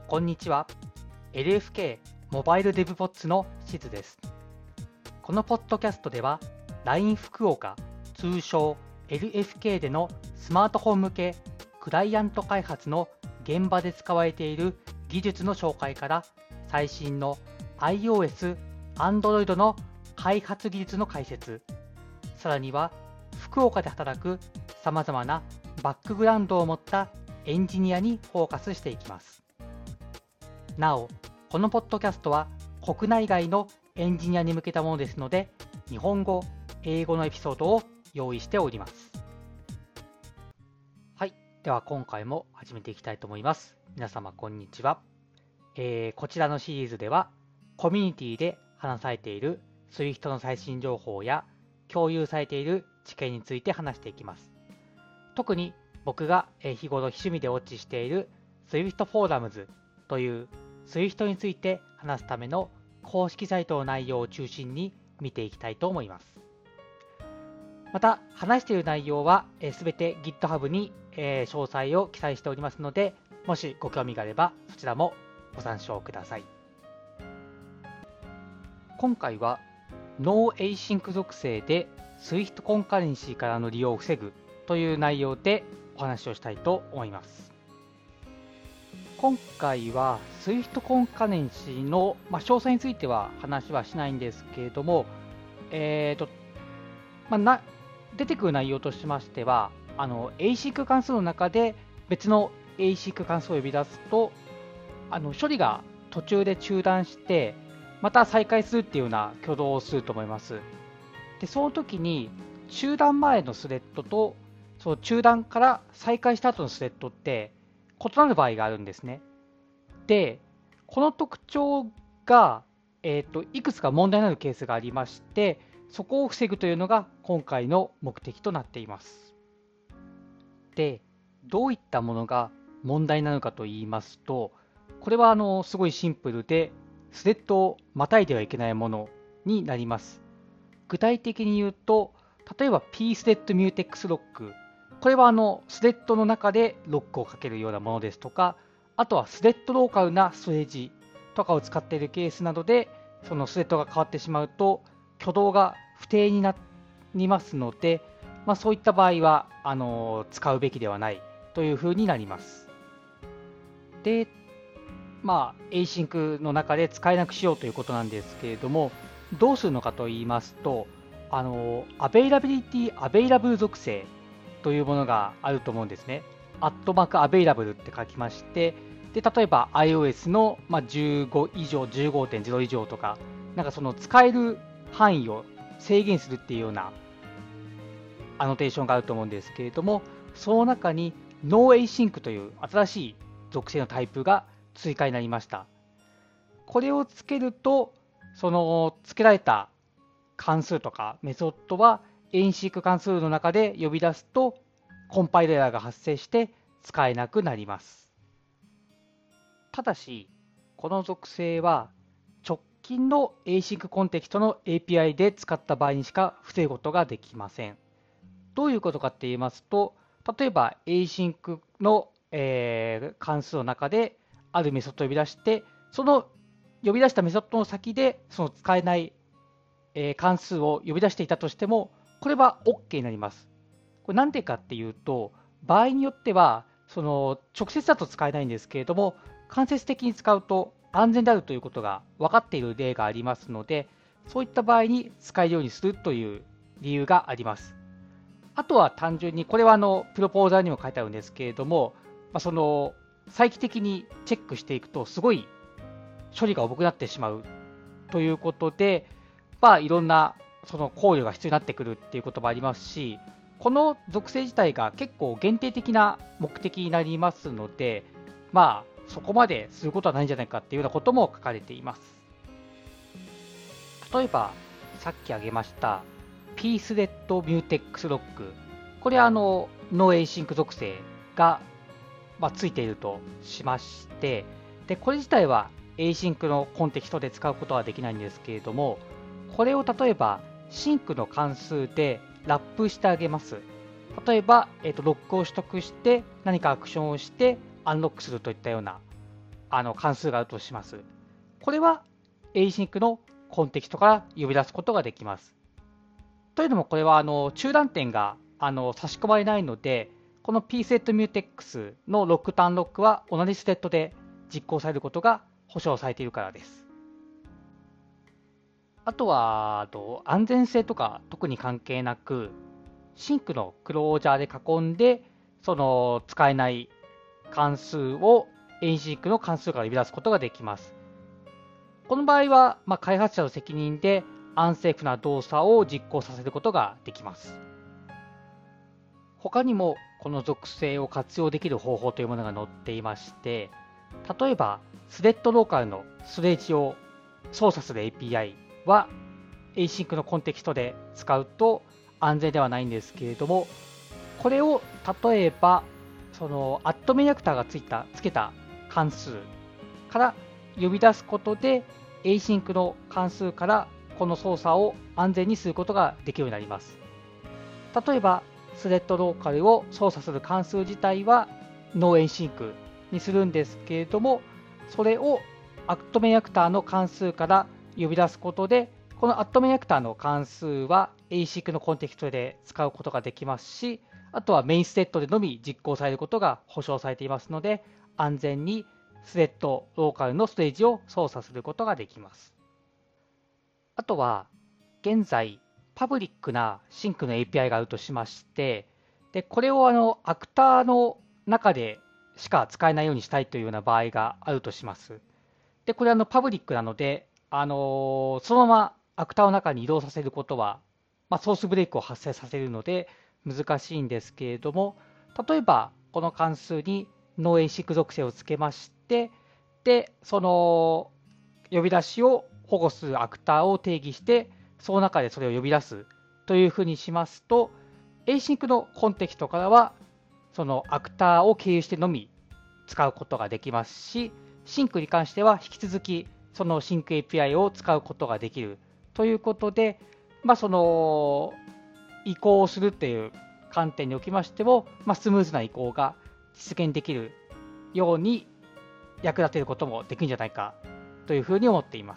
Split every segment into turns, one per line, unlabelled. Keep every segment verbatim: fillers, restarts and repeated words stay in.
こんにちは。エルエフケー モバイルデブボッツのしずです。このポッドキャストでは ライン 福岡、通称 エルエフケー でのスマートフォン向けクライアント開発の現場で使われている技術の紹介から最新の iOS、Android の開発技術の解説、さらには福岡で働くさまざまなバックグラウンドを持ったエンジニアにフォーカスしていきます。なお、このポッドキャストは国内外のエンジニアに向けたものですので、日本語、英語のエピソードを用意しております。はい、では今回も始めていきたいと思います。皆様こんにちは。えー、こちらのシリーズでは、コミュニティで話されている Swift の最新情報や共有されている知見について話していきます。特に僕が日頃趣味でウォッチしている Swift フォーラムズというSwift について話すための公式サイトの内容を中心に見ていきたいと思います。また、話している内容はすべて GitHub に詳細を記載しておりますので、もしご興味があればそちらもご参照ください。今回は ノーエイシンク 属性で Swift コンカレンシーからの利用を防ぐという内容でお話をしたいと思います。今回は Swift コンカレンシーの、まあ、詳細については話はしないんですけれども、えーとまあ、な出てくる内容としましては、あの エーシック 関数の中で別の エーシック 関数を呼び出すと、あの処理が途中で中断してまた再開するっていうような挙動をすると思います。で、その時に中断前のスレッドとその中断から再開した後のスレッドって異なる場合があるんですね。で、この特徴が、えーと、いくつか問題になるケースがありまして、そこを防ぐというのが今回の目的となっています。で、どういったものが問題なのかと言いますと、これはあのすごいシンプルで、スレッドをまたいではいけないものになります。具体的に言うと、例えば pthread mutex これはあのスレッドの中でロックをかけるようなものですとか、あとはスレッドローカルなストレージとかを使っているケースなどで、そのスレッドが変わってしまうと挙動が不定になりますので、まあ、そういった場合はあの使うべきではないというふうになります。で、まあ、エーシンク の中で使えなくしようということなんですけれども、どうするのかと言いますと、あの Availability Available 属性というものがあると思うんですね。アットマーク Available って書きまして、で例えば iOS の、まあ、じゅうご以上、じゅうごてんゼロ 以上とか、なんかその使える範囲を制限するっていうようなアノテーションがあると思うんですけれども、その中に NoAsync という新しい属性のタイプが追加になりました。これをつけると、その付けられた関数とかメソッドはエンシーク関数の中で呼び出すとコンパイラーエラーが発生して使えなくなります。ただし、この属性は直近の Async コンテキストの エーピーアイ で使った場合にしか防ぐことができません。どういうことかって言いますと、例えば Async の、えー、関数の中であるメソッドを呼び出して、その呼び出したメソッドの先でその使えない、えー、関数を呼び出していたとしても、これは OK になります。これなんでかっていうと、場合によってはその直接だと使えないんですけれども、間接的に使うと安全であるということが分かっている例がありますので、そういった場合に使えるようにするという理由があります。あとは単純に、これはあのプロポーザーにも書いてあるんですけれども、まあ、その再帰的にチェックしていくとすごい処理が重くなってしまうということで、まあ、いろんなその考慮が必要になってくるっていうこともありますし、この属性自体が結構限定的な目的になりますので、まあそこまですることはないんじゃないかっていうようなことも書かれています。例えばさっき挙げました pthread mutex ロック、これはあの NoAsync 属性が、まあ、ついているとしまして、でこれ自体は Async のコンテキストで使うことはできないんですけれども、これを例えばシンクの関数でラップしてあげます。例えば、えーと、ロックを取得して何かアクションをしてアンロックするといったようなあの関数があるとします。これは Async のコンテキストから呼び出すことができます。というのも、これはあの中断点があの差し込まれないので、この psetMutex のロックターンロックは同じスレッドで実行されることが保証されているからです。あとは、あと安全性とか特に関係なく、シンクのクロージャーで囲んで、その使えない関数を Async の関数から呼び出すことができます。この場合は、まあ、開発者の責任でアンセーフな動作を実行させることができます。他にもこの属性を活用できる方法というものが載っていまして、例えばスレッドローカルのスレッジを操作する エーピーアイ は Async のコンテキストで使うと安全ではないんですけれども、これを例えばそのアットメニュアクターがついたつけた関数から呼び出すことで Async の関数からこの操作を安全にすることができるようになります。例えばスレッドローカルを操作する関数自体は NoAsync にするんですけれども、それをアットメニュアクターの関数から呼び出すことで、このアットメニュアクターの関数は Async のコンテキストで使うことができますし、あとはメインスレッドでのみ実行されることが保証されていますので、安全にスレッドローカルのステージを操作することができます。あとは、現在、パブリックなシンクの エーピーアイ があるとしまして、でこれをあのアクターの中でしか使えないようにしたいというような場合があるとします。でこれはあのパブリックなので、あのそのままアクターの中に移動させることは、まあ、ソースブレイクを発生させるので難しいんですけれども、例えばこの関数に NoAsync 属性をつけまして、でその呼び出しを保護するアクターを定義して、その中でそれを呼び出すというふうにしますと、Async のコンテキストからはそのアクターを経由してのみ使うことができますし、シンクに関しては引き続きそのシンク エーピーアイ を使うことができるということで、まあ、その移行をするという観点におきましても、まあ、スムーズな移行が実現できるように役立てることもできるんじゃないかというふうに思っています。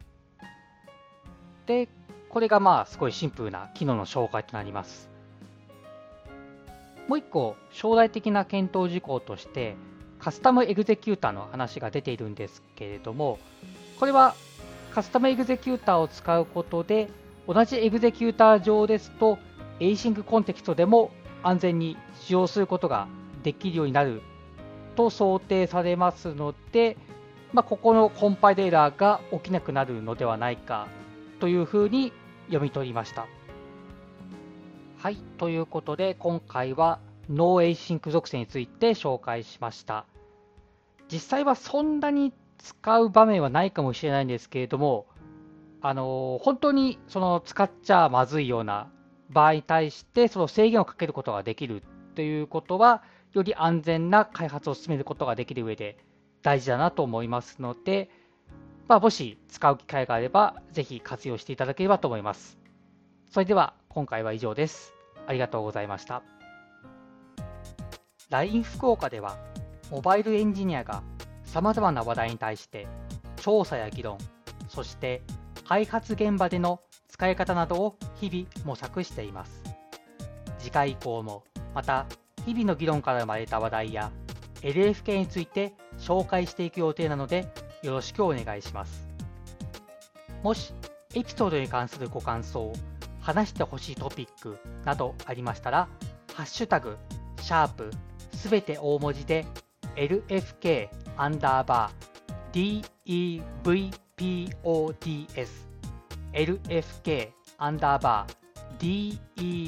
で、これがまあすごいシンプルな機能の紹介となります。もう一個将来的な検討事項としてカスタムエグゼキューターの話が出ているんですけれども、これはカスタムエグゼキューターを使うことで同じエグゼキューター上ですと Async コンテキストでも安全に使用することができるようになると想定されますので、まあ、ここのコンパイルエラーが起きなくなるのではないかというふうに読み取りました。はい、ということで今回は NoAsync 属性について紹介しました。実際はそんなに使う場面はないかもしれないんですけれども、あの本当にその使っちゃまずいような場合に対してその制限をかけることができるということは、より安全な開発を進めることができる上で大事だなと思いますので、まあ、もし使う機会があればぜひ活用していただければと思います。それでは今回は以上です。ありがとうございました。ライン 福岡ではモバイルエンジニアがさまざまな話題に対して調査や議論、そして開発現場での使い方などを日々模索しています。次回以降もまた日々の議論から生まれた話題や エルエフケー について紹介していく予定なのでよろしくお願いします。もしエピソードに関するご感想、話してほしいトピックなどありましたら、ハッシュタグ、シャープ、すべて大文字で エルエフケー アンダーバー DEVPODS エルエフケー アンダーバー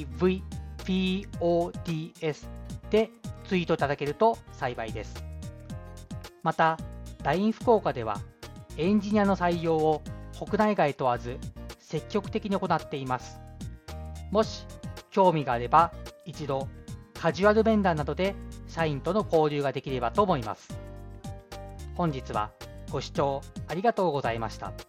DEVPODS でツイートいただけると幸いです。また、ライン 福岡ではエンジニアの採用を国内外問わず積極的に行っています。もし興味があれば一度カジュアル面談などで社員との交流ができればと思います。本日はご視聴ありがとうございました。